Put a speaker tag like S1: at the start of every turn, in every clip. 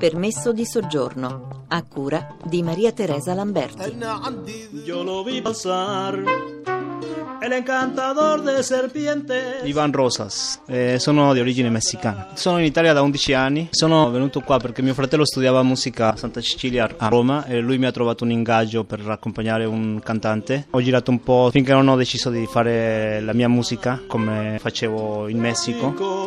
S1: Permesso di soggiorno, a cura di Maria Teresa Lamberti.
S2: Yo lo vi pasar, el encantador de serpientes. Iván Rosas, sono di origine messicana. Sono in Italia da 11 anni. Sono venuto qua perché mio fratello studiava musica a Santa Cecilia a Roma e lui mi ha trovato un ingaggio per accompagnare un cantante. Ho girato un po' finché non ho deciso di fare la mia musica come facevo in Messico.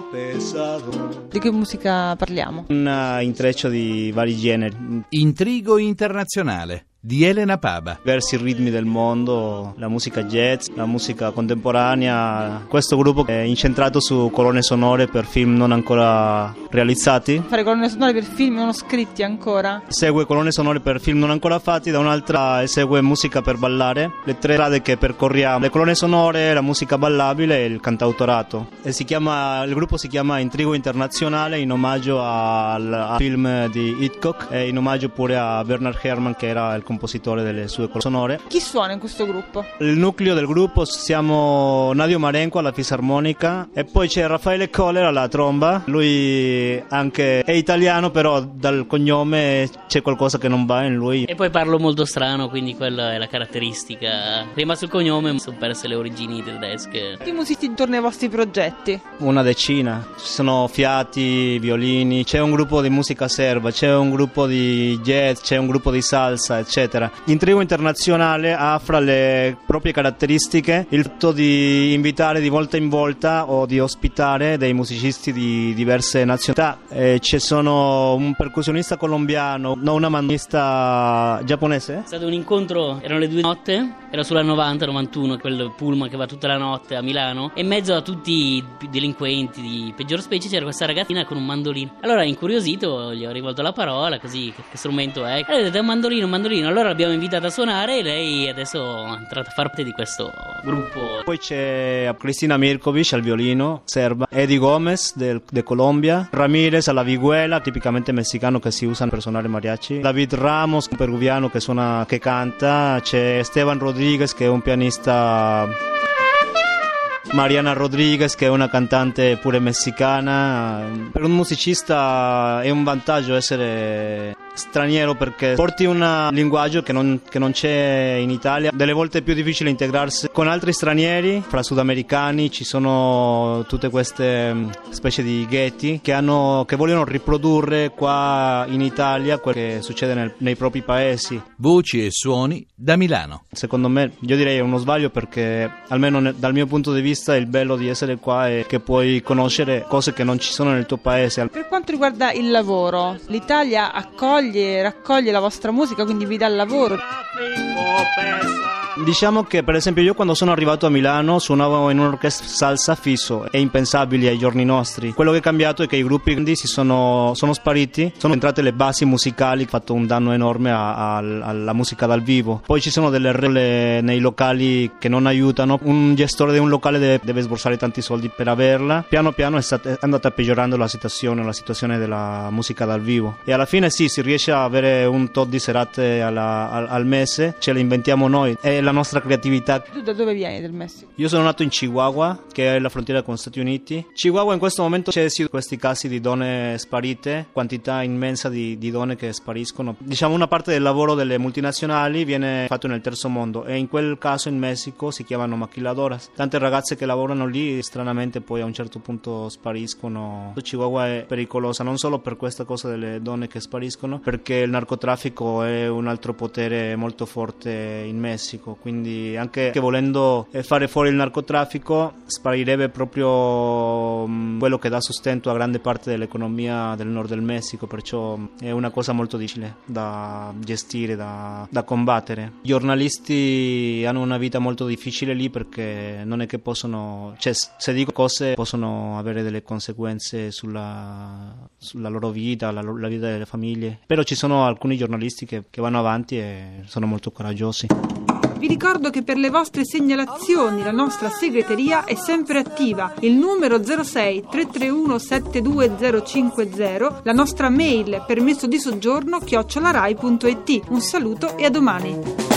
S3: Di che musica parliamo?
S2: Un intreccio di vari generi.
S4: Intrigo internazionale di Elena Paba.
S2: Diversi ritmi del mondo, la musica jazz, la musica contemporanea. Questo gruppo è incentrato su colonne sonore per film non ancora realizzati.
S3: Fare colonne sonore per film non scritti ancora?
S2: Segue colonne sonore per film non ancora fatti, da un'altra segue musica per ballare. Le tre strade che percorriamo: le colonne sonore, la musica ballabile e il cantautorato. E il gruppo si chiama Intrigo internazionale in omaggio al film di Hitchcock e in omaggio pure a Bernard Herrmann, che era il compositore delle sue colonne sonore.
S3: Chi suona in questo gruppo?
S2: Il nucleo del gruppo siamo Nadio Marenco alla fisarmonica e poi c'è Raffaele Coller alla tromba. Lui anche è italiano, però dal cognome c'è qualcosa che non va in lui.
S5: E poi parlo molto strano, quindi quella è la caratteristica. Prima sul cognome sono perse le origini tedesche.
S3: Chi musicisti intorno ai vostri progetti?
S2: Una decina. Ci sono fiati, violini, c'è un gruppo di musica serba, c'è un gruppo di jazz, c'è un gruppo di salsa, eccetera. L'intrigo internazionale ha fra le proprie caratteristiche il fatto di invitare di volta in volta o di ospitare dei musicisti di diverse nazionalità. Ci sono un percussionista colombiano, una manista giapponese.
S5: È stato un incontro, erano le 2 di notte, era sulla 90-91, quel pullman che va tutta la notte a Milano, e in mezzo a tutti i delinquenti di peggior specie c'era questa ragazzina con un mandolino. Allora, incuriosito, gli ho rivolto la parola, così, che strumento è? E ho detto, è un mandolino. Allora l'abbiamo invitata a suonare e lei adesso è entrata a far parte di questo gruppo.
S2: Poi c'è Cristina Mirkovic al violino, serba, Eddie Gomez de Colombia, Ramirez alla vihuela, tipicamente messicano che si usa per suonare mariachi, David Ramos, un peruviano che canta, c'è Esteban Rodriguez che è un pianista, Mariana Rodriguez che è una cantante pure messicana. Per un musicista è un vantaggio essere straniero perché porti un linguaggio che non c'è in Italia. Delle volte è più difficile integrarsi con altri stranieri. Fra sudamericani ci sono tutte queste specie di ghetti che vogliono riprodurre qua in Italia quello che succede nei propri paesi.
S4: Voci e suoni da Milano.
S2: Secondo me, io direi è uno sbaglio perché almeno dal mio punto di vista il bello di essere qua è che puoi conoscere cose che non ci sono nel tuo paese.
S3: Per quanto riguarda il lavoro, l'Italia raccoglie la vostra musica, quindi vi dà lavoro.
S2: Diciamo che per esempio io quando sono arrivato a Milano suonavo in un'orchestra salsa fisso, è impensabile ai giorni nostri. Quello che è cambiato è che i gruppi grandi sono spariti, sono entrate le basi musicali, ha fatto un danno enorme alla musica dal vivo. Poi ci sono delle regole nei locali che non aiutano, un gestore di un locale deve sborsare tanti soldi per averla. Piano piano è andata peggiorando la situazione della musica dal vivo e alla fine sì, si riesce a avere un tot di serate al mese, ce le inventiamo noi. È la nostra creatività.
S3: Tu da dove vieni del Messico?
S2: Io sono nato in Chihuahua, che è la frontiera con gli Stati Uniti. Chihuahua in questo momento c'è questi casi di donne sparite, quantità immensa di donne che spariscono. Diciamo una parte del lavoro delle multinazionali viene fatto nel terzo mondo e in quel caso in Messico si chiamano maquiladoras. Tante ragazze che lavorano lì stranamente poi a un certo punto spariscono. Chihuahua è pericolosa non solo per questa cosa delle donne che spariscono, perché il narcotraffico è un altro potere molto forte in Messico. Quindi anche volendo fare fuori il narcotraffico sparirebbe proprio quello che dà sostento a grande parte dell'economia del nord del Messico, perciò è una cosa molto difficile da gestire, da combattere. I giornalisti hanno una vita molto difficile lì perché non è che possono, se dico cose possono avere delle conseguenze sulla loro vita, la vita delle famiglie, però ci sono alcuni giornalisti che vanno avanti e sono molto coraggiosi.
S3: Vi ricordo che per le vostre segnalazioni la nostra segreteria è sempre attiva. Il numero 06 331 72050, la nostra mail permesso di soggiorno @rai.it. Un saluto e a domani.